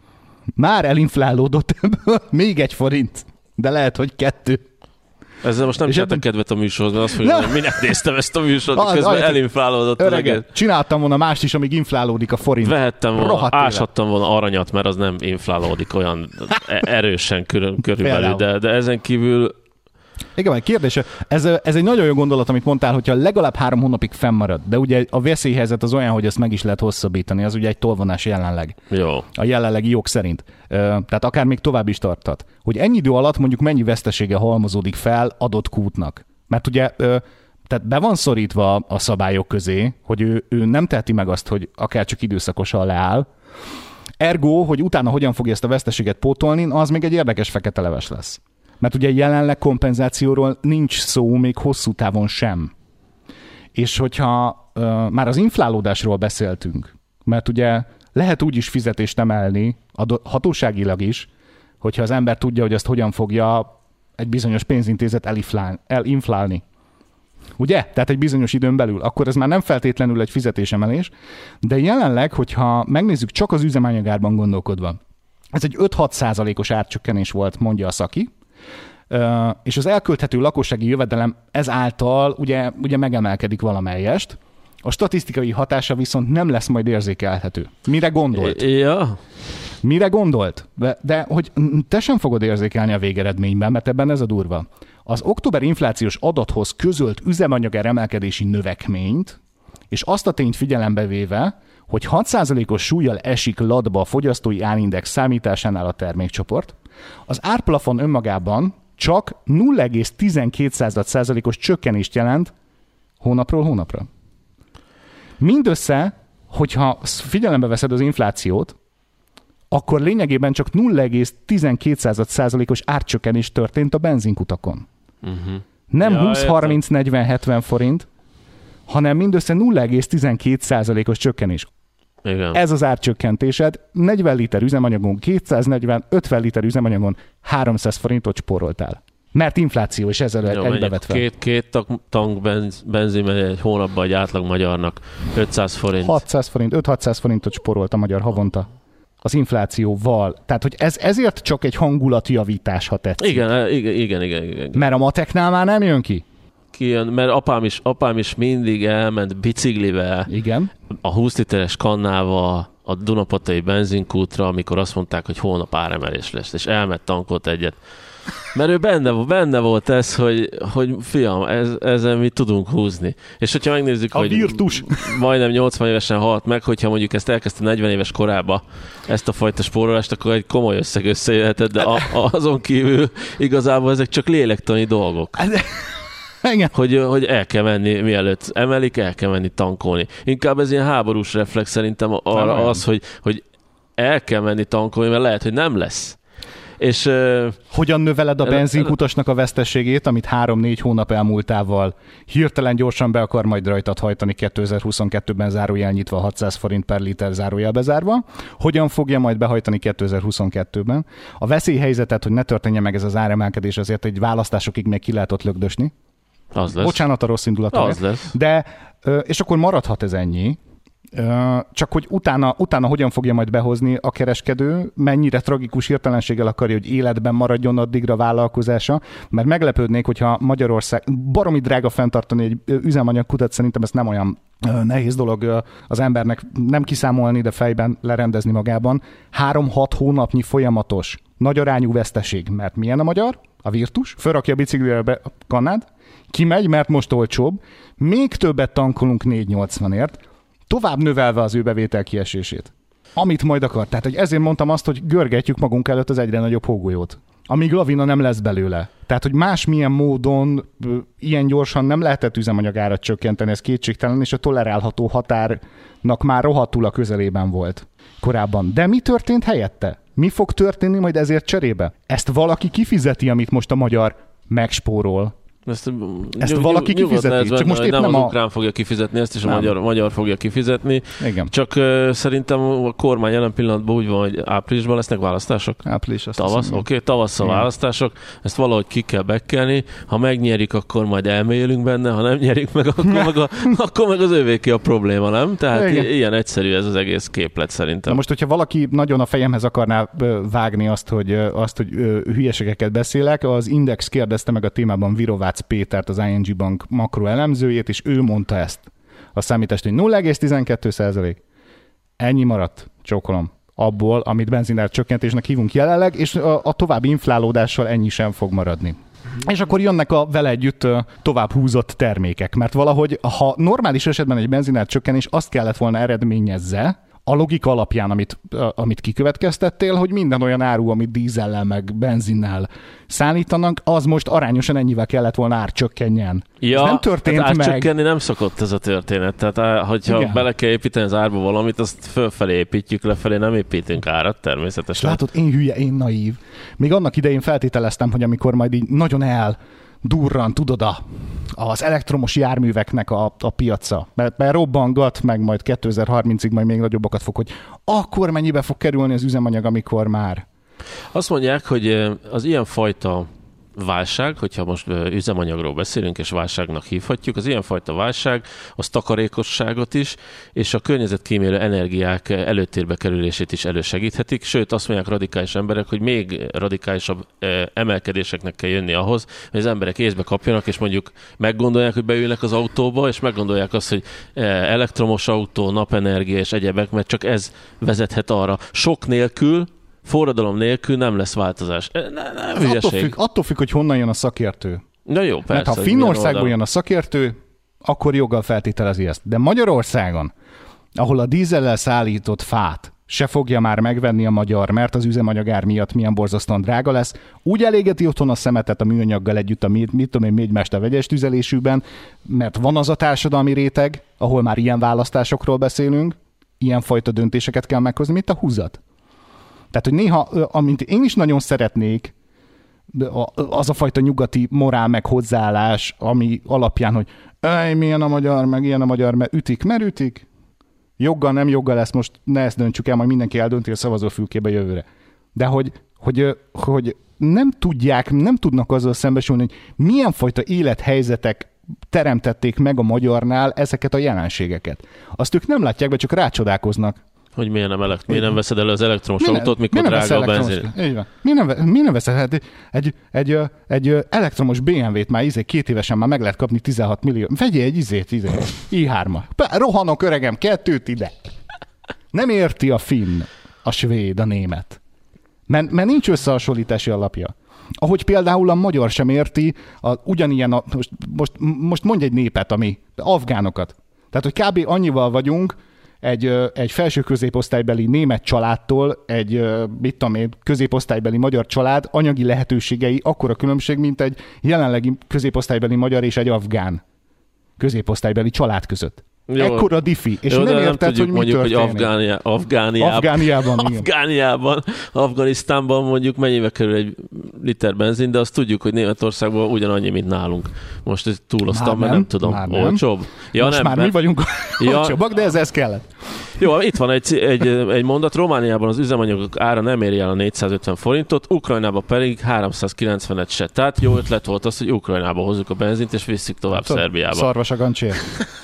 [SPEAKER 1] már elinflálódott ebből még egy forint, de lehet, hogy kettő.
[SPEAKER 2] Ezzel most nem csináltak kedvet a műsorhoz, mert azt fogja, hogy minek néztem ezt a műsort, az, közben az, elinflálódott.
[SPEAKER 1] Örege, csináltam volna mást is, amíg inflálódik a forint.
[SPEAKER 2] Vehettem volna, ásattam volna aranyat, mert az nem inflálódik olyan erősen körül, körülbelül, de, de ezen kívül...
[SPEAKER 1] Igen, egy kérdés. Ez, ez egy nagyon jó gondolat, amit mondtál, hogyha legalább három hónapig fennmarad, de ugye a veszélyhelyzet az olyan, hogy ezt meg is lehet hosszabbítani, az ugye egy tolvonás jelenleg.
[SPEAKER 2] Jó.
[SPEAKER 1] A jelenlegi jog szerint. Tehát akár még tovább is tarthat. Hogy ennyi idő alatt mondjuk mennyi vesztesége halmozódik fel adott kútnak. Mert ugye tehát be van szorítva a szabályok közé, hogy ő, ő nem teheti meg azt, hogy akár csak időszakosan leáll. Ergo, hogy utána hogyan fogja ezt a veszteséget pótolni, az még egy érdekes fekete leves lesz. Mert ugye jelenleg kompenzációról nincs szó még hosszú távon sem. És hogyha uh, már az inflálódásról beszéltünk, mert ugye lehet úgy is fizetést emelni, hatóságilag is, hogyha az ember tudja, hogy ezt hogyan fogja egy bizonyos pénzintézet elinflálni. elinflálni. Ugye? Tehát egy bizonyos időn belül. Akkor ez már nem feltétlenül egy fizetésemelés, de jelenleg, hogyha megnézzük csak az üzemanyagárban gondolkodva, ez egy öt-hat százalékos árcsökkenés volt, mondja a szaki, és az elkölthető lakossági jövedelem ezáltal ugye, ugye megemelkedik valamelyest. A statisztikai hatása viszont nem lesz majd érzékelhető. Mire gondolt?
[SPEAKER 2] Ja.
[SPEAKER 1] Mire gondolt? De, de hogy te sem fogod érzékelni a végeredményben, mert ebben ez a durva. Az október inflációs adathoz közölt üzemanyagár emelkedési növekményt, és azt a tényt figyelembe véve, hogy hat százalékos súllyal esik latba a fogyasztói árindex számításánál a termékcsoport, az árplafon önmagában csak nulla egész tizenkét százalékos csökkenést jelent hónapról hónapra. Mindössze, hogyha figyelembe veszed az inflációt, akkor lényegében csak nulla egész tizenkét százalékos árcsökkenés történt a benzinkutakon. Uh-huh. Nem ja, húsz, harminc, negyven, hetven forint, hanem mindössze nulla egész tizenkét százalékos csökkenés.
[SPEAKER 2] Igen.
[SPEAKER 1] Ez az árcsökkentésed, negyven liter üzemanyagon kétszáznegyven, ötven liter üzemanyagon háromszáz forintot spóroltál. Mert infláció is ezzel egybevetve.
[SPEAKER 2] Két, két tank benz, benzin megy egy hónapban egy átlag magyarnak ötszáz forint.
[SPEAKER 1] hatszáz forint, öt-hatszáz forintot spórolt a magyar havonta. Az inflációval. Tehát, hogy ez ezért csak egy hangulatjavítás, ha tetszik.
[SPEAKER 2] Igen, igen, igen, igen, igen.
[SPEAKER 1] Mert a mateknál már nem jön ki?
[SPEAKER 2] Kijön, mert apám is, apám is mindig elment biciklivel.
[SPEAKER 1] Igen.
[SPEAKER 2] A húsz literes kannával a Dunapatai benzinkútra, amikor azt mondták, hogy holnap áremelés lesz, és elment tankolt egyet. Mert ő benne, benne volt ez, hogy, hogy fiam, ez, ezzel mi tudunk húzni. És hogyha megnézzük,
[SPEAKER 1] a
[SPEAKER 2] hogy
[SPEAKER 1] virtus.
[SPEAKER 2] majdnem nyolcvan évesen halt meg, hogyha mondjuk ezt elkezdte negyven éves korába, ezt a fajta spórolást, akkor egy komoly összeg összejöhetett, de a, azon kívül igazából ezek csak lélektani dolgok. Hogy, hogy el kell menni, mielőtt emelik, el kell menni tankolni. Inkább ez ilyen háborús reflex szerintem arra az, hogy, hogy el kell menni tankolni, mert lehet, hogy nem lesz. És, uh,
[SPEAKER 1] hogyan növeled a benzinkutasnak a veszteségét, amit három-négy hónap elmúltával hirtelen gyorsan be akar majd rajtad hajtani kétezer-huszonkettőben zárójel nyitva hatszáz forint per liter zárójel bezárva? Hogyan fogja majd behajtani kétezer-huszonkettőben? A veszélyhelyzetet, hogy ne történjen meg ez az áremelkedés, azért egy választásokig még ki lehet ott lögdösni.
[SPEAKER 2] Az lesz.
[SPEAKER 1] Bocsánat a rossz indulatról.
[SPEAKER 2] Az lesz.
[SPEAKER 1] De, és akkor maradhat ez ennyi. Csak hogy utána, utána hogyan fogja majd behozni a kereskedő, mennyire tragikus hirtelenséggel akarja, hogy életben maradjon addigra vállalkozása, mert meglepődnék, hogyha Magyarország baromi drága fenntartani egy üzemanyagkutat, szerintem ez nem olyan nehéz dolog az embernek nem kiszámolni, de fejben lerendezni magában. Három-hat hónapnyi folyamatos nagyarányú veszteség, mert milyen a magyar? A Virtus, fölrakja a biciklire be a kannád, kimegy, mert most olcsóbb, még többet tankolunk négy nyolcvanért, tovább növelve az ő bevétel kiesését. Amit majd akar. Tehát hogy ezért mondtam azt, hogy görgetjük magunk előtt az egyre nagyobb hógolyót. Amíg lavina nem lesz belőle. Tehát, hogy másmilyen módon ilyen gyorsan nem lehetett üzemanyagárat csökkenteni, ez kétségtelen, és a tolerálható határnak már rohadtul a közelében volt korábban. De mi történt helyette? Mi fog történni majd ezért cserébe? Ezt valaki kifizeti, amit most a magyar megspórol.
[SPEAKER 2] Ezt,
[SPEAKER 1] ezt nyug, valaki nyug, kifizeti?
[SPEAKER 2] Csak most épp nem, nem az a... ukrán fogja kifizetni, ezt is a magyar, magyar fogja kifizetni.
[SPEAKER 1] Igen.
[SPEAKER 2] Csak uh, szerintem a kormány jelen pillanatban úgy van, hogy áprilisban lesznek választások.
[SPEAKER 1] Április,
[SPEAKER 2] Tavasz, oké, okay, tavasszal választások. Ezt valahogy ki kell bekkelni. Ha megnyerik, akkor majd elmélyülünk benne, ha nem nyerik meg, akkor, meg, a, akkor meg az övéké a probléma, nem? Tehát igen. Ilyen egyszerű ez az egész képlet szerintem.
[SPEAKER 1] Na most, hogyha valaki nagyon a fejemhez akarná vágni azt, hogy, azt, hogy hülyeségeket beszélek, az Index kérdezte meg a témában Virovácz Pétert, az i en gé Bank makroelemzőjét, és ő mondta ezt. A számítást, hogy nulla egész tizenkét százalék. Ennyi maradt, csókolom, abból, amit benzinár csökkentésnek hívunk jelenleg, és a, a további inflálódással ennyi sem fog maradni. És akkor jönnek a vele együtt tovább húzott termékek, mert valahogy, ha normális esetben egy benzinár csökkenés azt kellett volna eredményezze, A logika alapján, amit, amit kikövetkeztettél, hogy minden olyan áru, amit dízellel meg benzinnel szállítanak, az most arányosan ennyivel kellett volna árcsökkenjen.
[SPEAKER 2] Ja,
[SPEAKER 1] ez nem történt
[SPEAKER 2] hát
[SPEAKER 1] meg.
[SPEAKER 2] Árcsökkenni nem szokott ez a történet. Tehát hogyha igen. bele kell építeni az árba valamit, azt fölfelé építjük, lefelé nem építünk árat természetesen.
[SPEAKER 1] És látod, én hülye, én naív. Még annak idején feltételeztem, hogy amikor majd így nagyon el durran, tudod, a, az elektromos járműveknek a, a piaca, mert, mert robbangat, meg majd kétezer-harmincig majd még nagyobbakat fog, hogy akkor mennyibe fog kerülni az üzemanyag, amikor már.
[SPEAKER 2] Azt mondják, hogy az ilyenfajta válság, hogyha most üzemanyagról beszélünk, és válságnak hívhatjuk, az ilyenfajta válság az takarékosságot is, és a környezetkímélő energiák előtérbe kerülését is elősegíthetik, sőt azt mondják radikális emberek, hogy még radikálisabb emelkedéseknek kell jönni ahhoz, hogy az emberek észbe kapjanak, és mondjuk meggondolják, hogy beülnek az autóba, és meggondolják azt, hogy elektromos autó, napenergia és egyebek, mert csak ez vezethet arra. Sok nélkül, forradalom nélkül nem lesz változás. Ne, nem
[SPEAKER 1] attól, függ, attól függ, hogy honnan jön a szakértő.
[SPEAKER 2] Na jó, persze.
[SPEAKER 1] Mert ha Finnországból jön a szakértő, akkor joggal feltételezi ezt. De Magyarországon, ahol a dízellel szállított fát se fogja már megvenni a magyar, mert az üzemanyagár miatt milyen borzasztóan drága lesz, úgy elégeti otthon a szemetet a műanyaggal együtt a mit, mit tudom én, mégymester vegyes tüzelésűben, mert van az a társadalmi réteg, ahol már ilyen választásokról beszélünk, ilyenfajta döntéseket kell meghozni, mint a húzat. Tehát, hogy néha, amint én is nagyon szeretnék, az a fajta nyugati morál meg hozzáállás, ami alapján, hogy ej, milyen a magyar, meg ilyen a magyar, mert ütik, mert ütik. Joggal, nem joggal lesz, most ne ezt döntsük el, majd mindenki eldönti a szavazófülkébe jövőre. De hogy, hogy, hogy nem tudják, nem tudnak azzal szembesülni, hogy milyen fajta élethelyzetek teremtették meg a magyarnál ezeket a jelenségeket. Azt ők nem látják be, csak rácsodálkoznak.
[SPEAKER 2] Hogy miért nem, elekt- miért nem veszed elő az elektromos mi autót, mikor drága a benzin?
[SPEAKER 1] Így van. Miért nem, miért nem veszed? Hát egy, egy, egy elektromos bé em vét már izé, két évesen már meg lehet kapni tizenhat millió. Vegyél egy izét, izé, i hármat. Rohanok öregem, kettőt ide. Nem érti a finn, a svéd, a német. Mert, mert nincs összehasonlítási alapja. Ahogy például a magyar sem érti, a, ugyanilyen, a, most, most, most mondj egy népet, ami afgánokat. Tehát, hogy kb. Annyival vagyunk, egy, egy felső középosztálybeli német családtól egy, mit tudom én, középosztálybeli magyar család anyagi lehetőségei akkora különbség, mint egy jelenlegi középosztálybeli magyar és egy afgán középosztálybeli család között. Jó, ekkora diffi, és jó, nem érted, nem tudjuk, hogy mi
[SPEAKER 2] mondjuk,
[SPEAKER 1] történik.
[SPEAKER 2] Hogy Afgánia, Afgániában,
[SPEAKER 1] Afgániában,
[SPEAKER 2] Afgániában, Afganisztánban mondjuk mennyibe kerül egy liter benzin, de azt tudjuk, hogy Németországban ugyanannyi, mint nálunk. Most ezt túloztam, már mert nem, nem tudom. Olcsóbb?
[SPEAKER 1] Ja, Most nem, már mert... mi vagyunk ja. olcsóbbak, de ez, ez kellett.
[SPEAKER 2] Jó, itt van egy, egy, egy mondat. Romániában az üzemanyagok ára nem éri el a négyszázötven forintot, Ukrajnában pedig háromszázkilencvenet se. Tehát jó ötlet volt az, hogy Ukrajnába hozzuk a benzint, és visszük tovább Tud, Szerbiába.
[SPEAKER 1] Szarvas a gancsér.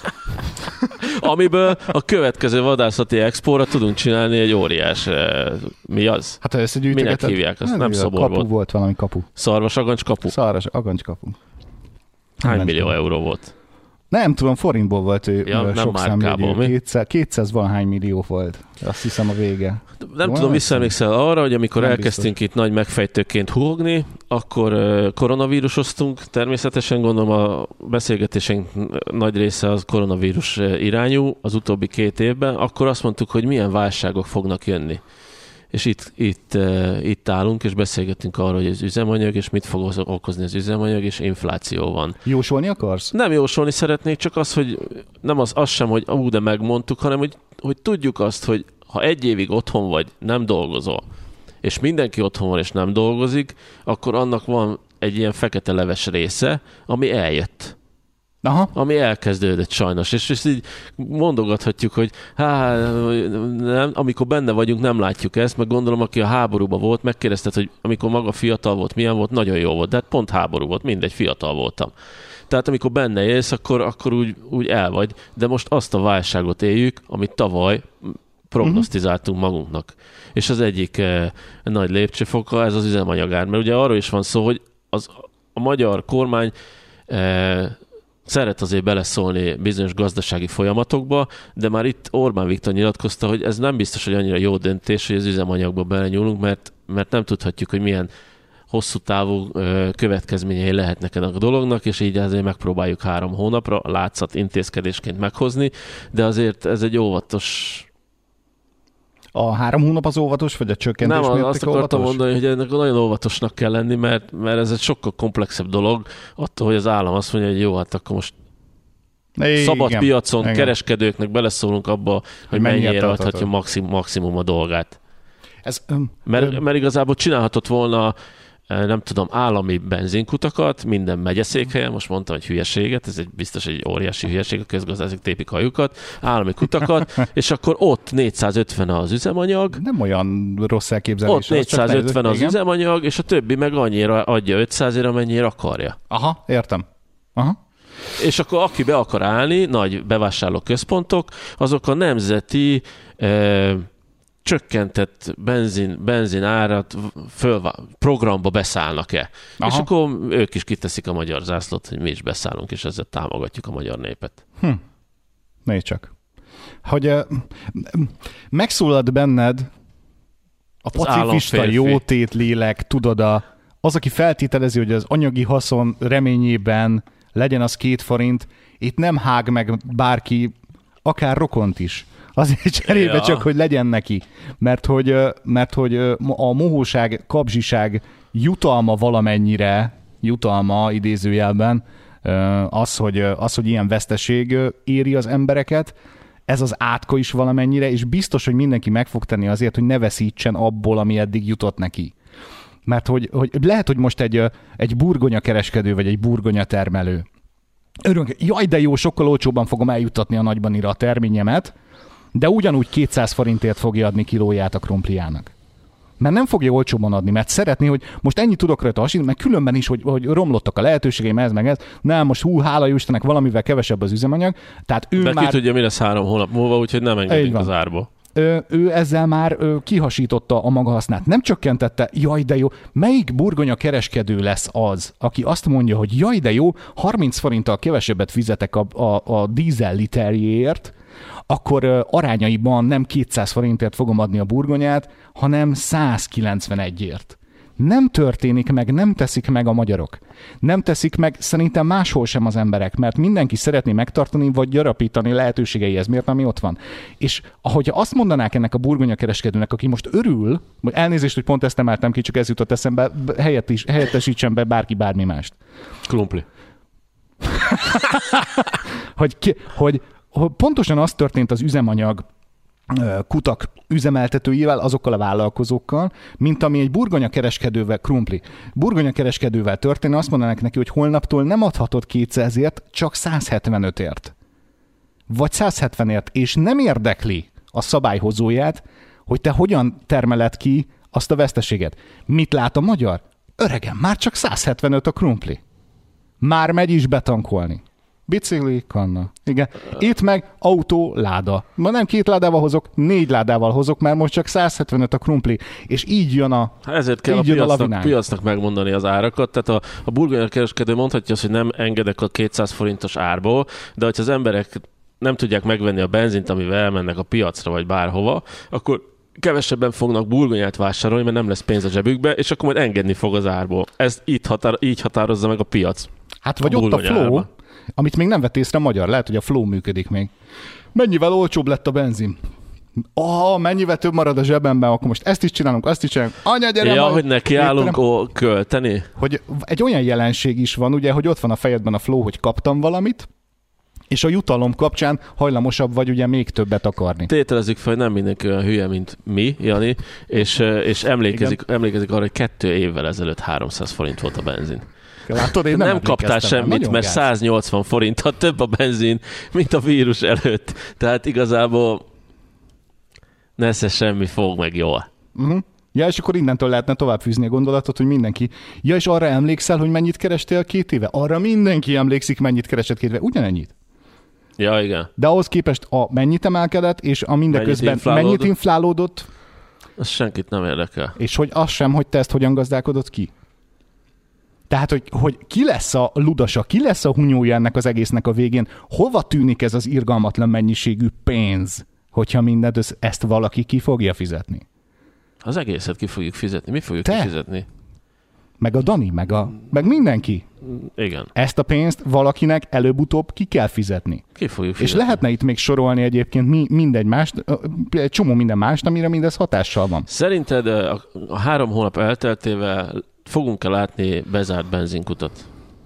[SPEAKER 2] Amiből a következő vadászati expóra tudunk csinálni egy óriás... Mi az?
[SPEAKER 1] Hát ha összegyűjtögeted...
[SPEAKER 2] Minek hívják? Azt nem, nem szobor
[SPEAKER 1] kapu
[SPEAKER 2] volt.
[SPEAKER 1] volt valami kapu.
[SPEAKER 2] Szarvas agancs kapu?
[SPEAKER 1] Szarvas agancs kapu.
[SPEAKER 2] Hány millió euró volt?
[SPEAKER 1] Nem tudom, forintból volt ő
[SPEAKER 2] ja,
[SPEAKER 1] sok számjegyű. kétszáz valahány millió volt. Azt hiszem a vége.
[SPEAKER 2] Nem Jó, tudom, visszaemlékszel arra, hogy amikor nem elkezdtünk biztos. Itt nagy megfejtőként húgni, akkor koronavírusoztunk. Természetesen gondolom a beszélgetésünk nagy része az koronavírus irányú az utóbbi két évben. Akkor azt mondtuk, hogy milyen válságok fognak jönni. És itt, itt, uh, itt állunk, és beszélgetünk arról, hogy az üzemanyag, és mit fog okozni az üzemanyag, és infláció van.
[SPEAKER 1] Jósolni akarsz?
[SPEAKER 2] Nem jósolni szeretnék, csak az, hogy nem az, az sem, hogy ú, de megmondtuk, hanem hogy, hogy tudjuk azt, hogy ha egy évig otthon vagy, nem dolgozol, és mindenki otthon van, és nem dolgozik, akkor annak van egy ilyen fekete leves része, ami eljött. Aha. Ami elkezdődött sajnos, és, és így mondogathatjuk, hogy há, nem, amikor benne vagyunk, nem látjuk ezt, meg gondolom, aki a háborúban volt, megkérdezted, hogy amikor maga fiatal volt, milyen volt, nagyon jó volt, de hát pont háború volt, mindegy, fiatal voltam. Tehát amikor benne élsz, akkor, akkor úgy, úgy el vagy, de most azt a válságot éljük, amit tavaly prognosztizáltunk uh-huh. magunknak. És az egyik eh, nagy lépcsőfoka, ez az üzemanyagár, mert ugye arról is van szó, hogy az, a magyar kormány eh, szeret azért beleszólni bizonyos gazdasági folyamatokba, de már itt Orbán Viktor nyilatkozta, hogy ez nem biztos, hogy annyira jó döntés, hogy az üzemanyagba belenyúlunk, mert, mert nem tudhatjuk, hogy milyen hosszú távú ö, következményei lehetnek ennek a dolognak, és így azért megpróbáljuk három hónapra látszat intézkedésként meghozni, de azért ez egy óvatos
[SPEAKER 1] A három hónap az óvatos, vagy a csökkentés
[SPEAKER 2] Nem,
[SPEAKER 1] mérték
[SPEAKER 2] azt akartam
[SPEAKER 1] óvatos?
[SPEAKER 2] mondani, hogy ennek nagyon óvatosnak kell lenni, mert, mert ez egy sokkal komplexebb dolog, attól, hogy az állam azt mondja, hogy jó, hát akkor most
[SPEAKER 1] É,
[SPEAKER 2] szabad
[SPEAKER 1] igen,
[SPEAKER 2] piacon
[SPEAKER 1] igen.
[SPEAKER 2] kereskedőknek beleszólunk abba, hogy
[SPEAKER 1] Mennyire
[SPEAKER 2] mennyire
[SPEAKER 1] tarthatod.
[SPEAKER 2] adhatja maximum, maximum a dolgát.
[SPEAKER 1] Ez, öm,
[SPEAKER 2] Mert,
[SPEAKER 1] öm,
[SPEAKER 2] mert igazából csinálhatott volna, nem tudom, állami benzinkutakat minden megyeszékhelyen, most mondtam egy hülyeséget, ez egy biztos egy óriási hülyeség, a közgazdászok tépik hajukat, állami kutakat, és akkor ott négyszázötven az üzemanyag,
[SPEAKER 1] nem olyan rossz elképzelés.
[SPEAKER 2] ott
[SPEAKER 1] az csak
[SPEAKER 2] négyszázötven
[SPEAKER 1] nehéz,
[SPEAKER 2] az
[SPEAKER 1] igen.
[SPEAKER 2] üzemanyag, és a többi meg annyira adja ötszázért, amennyire akarja.
[SPEAKER 1] Aha, értem. Aha.
[SPEAKER 2] És akkor aki be akar állni, nagy bevásárlóközpontok, azok a nemzeti eh, csökkentett benzin, benzin árat föl, programba beszállnak-e.
[SPEAKER 1] Aha.
[SPEAKER 2] És akkor ők is kiteszik a magyar zászlót, hogy mi is beszállunk, és ezzel támogatjuk a magyar népet.
[SPEAKER 1] Hm. Nézd csak. Hogy uh, megszólad benned a pacifista
[SPEAKER 2] államférfi.
[SPEAKER 1] jótét lélek, tudod, a, az, aki feltételezi, hogy az anyagi haszon reményében legyen az két forint, itt nem hág meg bárki, akár rokont is. Azért cserébe
[SPEAKER 2] Ja.
[SPEAKER 1] csak, hogy legyen neki. Mert hogy, ö, mert hogy ö, a mohóság, kapzsiság jutalma valamennyire, jutalma idézőjelben, ö, az, hogy, ö, az, hogy ilyen veszteség ö, éri az embereket, ez az átka is valamennyire, és biztos, hogy mindenki meg fog tenni azért, hogy ne veszítsen abból, ami eddig jutott neki. Mert hogy, hogy lehet, hogy most egy, ö, egy burgonya kereskedő, vagy egy burgonya termelő. Örülünk, jaj, de jó, sokkal olcsóbban fogom eljuttatni a nagybanira a terményemet, de ugyanúgy kétszáz forintért fogja adni kilóját a krumpliának. Mert nem fogja olcsóban adni, mert szeretné, hogy most ennyit tudok rajta hasítani, mert különben is, hogy, hogy romlottak a lehetőségeim, ez meg ez. Nem, most hú, hála jó Istennek, valamivel kevesebb az üzemanyag. Tehát ő
[SPEAKER 2] De
[SPEAKER 1] már...
[SPEAKER 2] ki tudja, mi lesz három hónap múlva, úgyhogy nem
[SPEAKER 1] Így
[SPEAKER 2] engedünk
[SPEAKER 1] van.
[SPEAKER 2] az árba.
[SPEAKER 1] Ő, ő ezzel már ő, kihasította a maga hasznát. Nem csökkentette, jaj, de jó. Melyik burgonya kereskedő lesz az, aki azt mondja, hogy jaj, de jó, harminc forinttal kevesebbet fizetek a, a, a dízel literjéért, akkor uh, arányaiban nem kétszáz forintért fogom adni a burgonyát, hanem száz kilencvenegyért. Nem történik meg, nem teszik meg a magyarok. Nem teszik meg szerintem máshol sem az emberek, mert mindenki szeretné megtartani vagy gyarapítani lehetőségeihez, miért ami ott van. És ahogy azt mondanák ennek a burgonya kereskedőnek, aki most örül, elnézést, hogy pont ezt emeltem ki, csak ez jutott eszembe, helyett is, helyettesítsen be bárki bármi mást.
[SPEAKER 2] Krumpli.
[SPEAKER 1] hogy, ki, hogy, hogy pontosan az történt az üzemanyag kutak üzemeltetőivel, azokkal a vállalkozókkal, mint ami egy burgonya kereskedővel, krumpli, burgonya kereskedővel történne, azt mondanak neki, hogy holnaptól nem adhatod kétszázért, csak száz hetvenötért. Vagy száz hetvenért, és nem érdekli a szabályhozóját, hogy te hogyan termeled ki azt a veszteséget. Mit lát a magyar? Öregem, már csak száz hetvenöt a krumpli. Már megy is betankolni. Bicikli, kanna. Igen. Itt meg autó, láda. Ma nem két ládával hozok, négy ládával hozok, mert most csak száz hetvenöt a krumpli. És így jön a
[SPEAKER 2] Ezért kell a piacnak, piacnak megmondani az árakat. Tehát a, a burgonya kereskedő mondhatja azt, hogy nem engedek a kétszáz forintos árból, de hogyha az emberek nem tudják megvenni a benzint, amivel elmennek a piacra vagy bárhova, akkor kevesebben fognak burgonyát vásárolni, mert nem lesz pénz a zsebükbe, és akkor majd engedni fog az árból. Ez így, határ, így határozza meg a piac.
[SPEAKER 1] Hát vagy a ott a flow, árba. Amit még nem vett észre a magyar. Lehet, hogy a flow működik még. Mennyivel olcsóbb lett a benzin? Ah, mennyivel több marad a zsebemben, akkor most ezt is csinálunk, azt is csinálunk. Anya, gyere,
[SPEAKER 2] ja,
[SPEAKER 1] majd...
[SPEAKER 2] hogy nekiállunk ó, költeni?
[SPEAKER 1] Hogy egy olyan jelenség is van, ugye, hogy ott van a fejedben a flow, hogy kaptam valamit, és a jutalom kapcsán hajlamosabb vagy ugye még többet akarni.
[SPEAKER 2] Tételezzük fel, hogy nem mindenki olyan hülye, mint mi, Jani, és, és emlékezik, emlékezik arra, hogy kettő évvel ezelőtt háromszáz forint volt a benzin.
[SPEAKER 1] Látod, én nem,
[SPEAKER 2] nem kaptál semmit, mert gáz. száznyolcvan forinttal több a benzin, mint a vírus előtt. Tehát igazából nesze semmi fog meg jól.
[SPEAKER 1] Uh-huh. Ja, és akkor innentől lehetne tovább fűzni a gondolatot, hogy mindenki... Ja, és arra emlékszel, hogy mennyit kerestél két éve? Arra mindenki emlékszik, mennyit keresett két éve. Ugyanennyit.
[SPEAKER 2] Ja, igen.
[SPEAKER 1] De ahhoz képest a mennyit emelkedett, és a mindeközben mennyit, mennyit inflálódott.
[SPEAKER 2] Az senkit nem érdekel.
[SPEAKER 1] És hogy az sem, hogy te ezt hogyan gazdálkodod ki. Tehát, hogy, hogy ki lesz a ludasa, ki lesz a hunyója ennek az egésznek a végén, hova tűnik ez az irgalmatlan mennyiségű pénz, hogyha mindent ezt valaki ki fogja fizetni?
[SPEAKER 2] Az egészet ki fogjuk fizetni. Mi fogjuk
[SPEAKER 1] Te?
[SPEAKER 2] kifizetni?
[SPEAKER 1] meg a Dani, meg, a, meg mindenki.
[SPEAKER 2] Igen.
[SPEAKER 1] Ezt a pénzt valakinek előbb-utóbb ki kell fizetni.
[SPEAKER 2] Ki fogjuk fizetni.
[SPEAKER 1] És lehetne itt még sorolni egyébként mi, mindegy mást, egy csomó minden mást, amire mindez hatással van.
[SPEAKER 2] Szerinted a, a három hónap elteltével fogunk-e látni bezárt benzinkutat?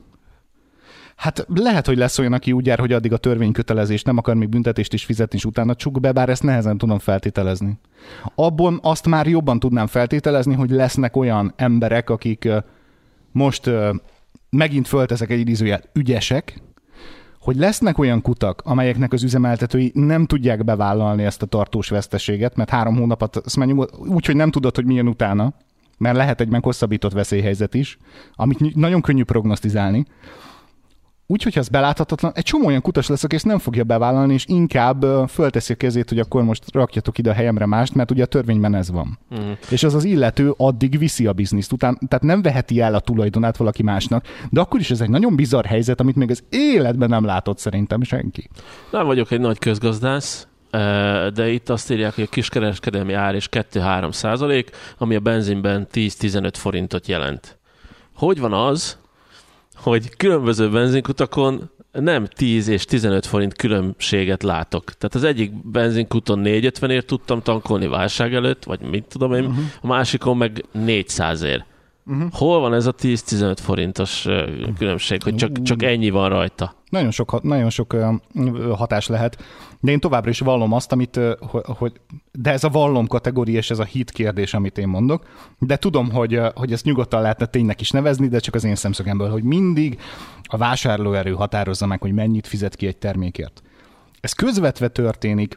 [SPEAKER 1] Hát lehet, hogy lesz olyan, aki úgy jár, hogy addig a törvénykötelezés nem akar még büntetést is fizetni, és utána csuk be, bár ezt nehezen tudom feltételezni. Abból azt már jobban tudnám feltételezni, hogy lesznek olyan emberek, akik most megint fölteszek egy idézőjel ügyesek, hogy lesznek olyan kutak, amelyeknek az üzemeltetői nem tudják bevállalni ezt a tartós veszteséget, mert három hónapot azt mondjuk úgy, hogy nem tudod, hogy milyen utána, mert lehet egy meghosszabbított veszélyhelyzet is, amit nagyon könnyű prognosztizálni. Úgyhogy ez beláthatatlan, egy csomó olyan kutas lesz, aki ezt nem fogja bevállalni, és inkább fölteszi a kezét, hogy akkor most rakjatok ide a helyemre mást, mert ugye a törvényben ez van. Mm. És az az illető addig viszi a bizniszt után, tehát nem veheti el a tulajdonát valaki másnak, de akkor is ez egy nagyon bizarr helyzet, amit még az életben nem látott szerintem senki.
[SPEAKER 2] Nem vagyok egy nagy közgazdász, de itt azt írják, hogy a kiskereskedelmi ár is kettő-három százalék, ami a benzinben tíz-tizenöt forintot jelent. Hogy van az, hogy különböző benzinkutakon nem tíz és tizenöt forint különbséget látok. Tehát az egyik benzinkuton négy-ötvenért tudtam tankolni válság előtt, vagy mit tudom én, uh-huh. a másikon meg négyszázért. Uh-huh. Hol van ez a tíz-tizenöt forintos különbség, hogy csak, csak ennyi van rajta?
[SPEAKER 1] Nagyon sok, nagyon sok hatás lehet, de én továbbra is vallom azt, amit, hogy, de ez a vallom kategória és ez a hit kérdés, amit én mondok, de tudom, hogy, hogy ezt nyugodtan lehetne tényleg is nevezni, de csak az én szemszögemből, hogy mindig a vásárlóerő határozza meg, hogy mennyit fizet ki egy termékért. Ez közvetve történik,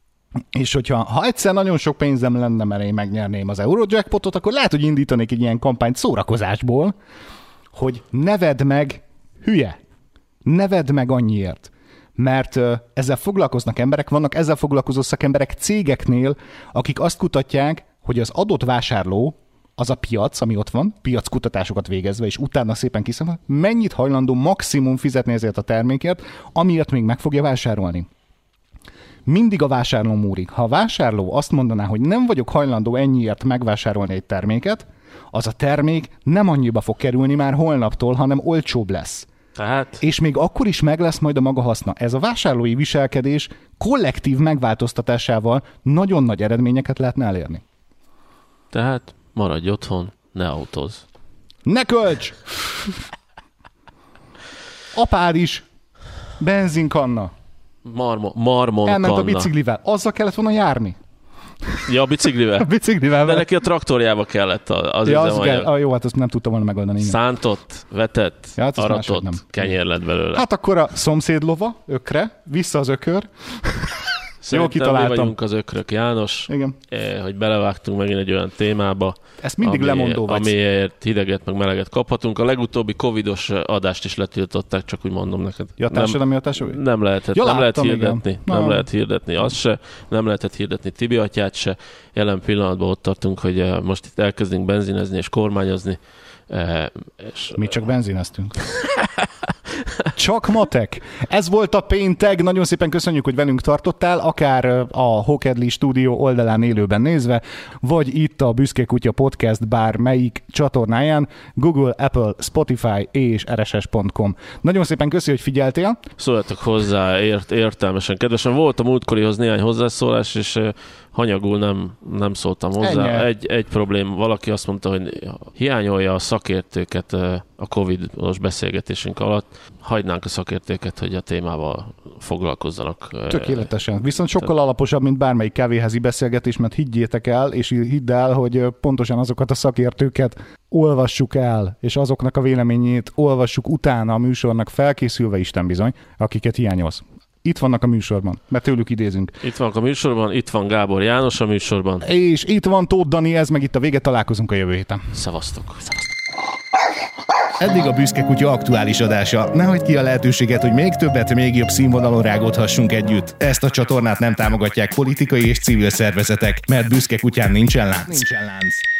[SPEAKER 1] és hogyha ha egyszer nagyon sok pénzem lenne, mert én megnyerném az Eurojackpotot, akkor lehet, hogy indítanék egy ilyen kampányt szórakozásból, hogy nevedd meg hülye. Nevedd meg annyiért. Mert ezzel foglalkoznak emberek, vannak ezzel foglalkozó szakemberek cégeknél, akik azt kutatják, hogy az adott vásárló, az a piac, ami ott van, piackutatásokat végezve, és utána szépen kiszámol, mennyit hajlandó maximum fizetni ezért a termékért, amiért még meg fogja vásárolni. Mindig a vásárló múlik. Ha a vásárló azt mondaná, hogy nem vagyok hajlandó ennyiért megvásárolni egy terméket, az a termék nem annyiba fog kerülni már holnaptól, hanem olcsóbb lesz.
[SPEAKER 2] Tehát...
[SPEAKER 1] És még akkor is meg lesz majd a maga haszna. Ez a vásárlói viselkedés kollektív megváltoztatásával nagyon nagy eredményeket lehetne elérni.
[SPEAKER 2] Tehát maradj otthon, ne autózz.
[SPEAKER 1] Ne költs! Apád is benzinkanna.
[SPEAKER 2] Marmo, marmon
[SPEAKER 1] Elment
[SPEAKER 2] kanna.
[SPEAKER 1] a biciklivel. Azzal kellett volna járni.
[SPEAKER 2] Ja, a biciklivel?
[SPEAKER 1] A biciklivel.
[SPEAKER 2] De neki a traktorjába kellett az
[SPEAKER 1] ja, az kell, ah, jó, hát azt nem tudta volna megoldani.
[SPEAKER 2] Szántott, vetett, ja, hát aratott, kenyér lett belőle.
[SPEAKER 1] Hát akkor a szomszéd lova, ökre, vissza az ökör.
[SPEAKER 2] Szerintem mi vagyunk az ökrök, János,
[SPEAKER 1] igen.
[SPEAKER 2] Eh, hogy belevágtunk megint egy olyan témába,
[SPEAKER 1] ezt mindig ami, lemondó vagy.
[SPEAKER 2] Amiért hideget meg meleget kaphatunk. A legutóbbi covidos adást is letiltották, csak úgy mondom neked.
[SPEAKER 1] Ja, társadalmi hatású?
[SPEAKER 2] Nem lehetett, ja, nem lehet hirdetni, igen. nem lehet hirdetni azt se, nem lehetett hirdetni Tibi atyát se. Jelen pillanatban ott tartunk, hogy most itt elkezdünk benzinezni és kormányozni. Eh, és
[SPEAKER 1] mi csak benzineztünk. Csak matek. Ez volt a péntek. Nagyon szépen köszönjük, hogy velünk tartottál, akár a Hokedli stúdió oldalán élőben nézve, vagy itt a Büszke Kutya Podcast bármelyik csatornáján, Google, Apple, Spotify és er es es pont com. Nagyon szépen köszi, hogy figyeltél.
[SPEAKER 2] Szóljatok hozzá ért, értelmesen, kedvesen. Volt a múltkorihoz néhány hozzászólás, és hanyagul nem, nem szóltam hozzá. Egy, egy problém, valaki azt mondta, hogy hiányolja a szakértőket a Covid-os beszélgetésünk alatt. Hagynánk a szakértőket, hogy a témával foglalkozzanak.
[SPEAKER 1] Tökéletesen. Viszont sokkal alaposabb, mint bármelyik kávéházi beszélgetés, mert higgyétek el, és hidd el, hogy pontosan azokat a szakértőket olvassuk el, és azoknak a véleményét olvassuk utána a műsornak felkészülve, Isten bizony, akiket hiányolsz. Itt vannak a műsorban, mert tőlük idézünk.
[SPEAKER 2] Itt vannak a műsorban, itt van Gábor János a műsorban.
[SPEAKER 1] És itt van Tóth Dani, ez meg itt a vége, találkozunk a jövő héten.
[SPEAKER 2] Szevasztok. Szevasztok.
[SPEAKER 1] Eddig a Büszke Kutya aktuális adása. Ne hagyd ki a lehetőséget, hogy még többet, még jobb színvonalon rágódhassunk együtt. Ezt a csatornát nem támogatják politikai és civil szervezetek, mert Büszke Kutyán nincsen lánc. Nincsen lánc.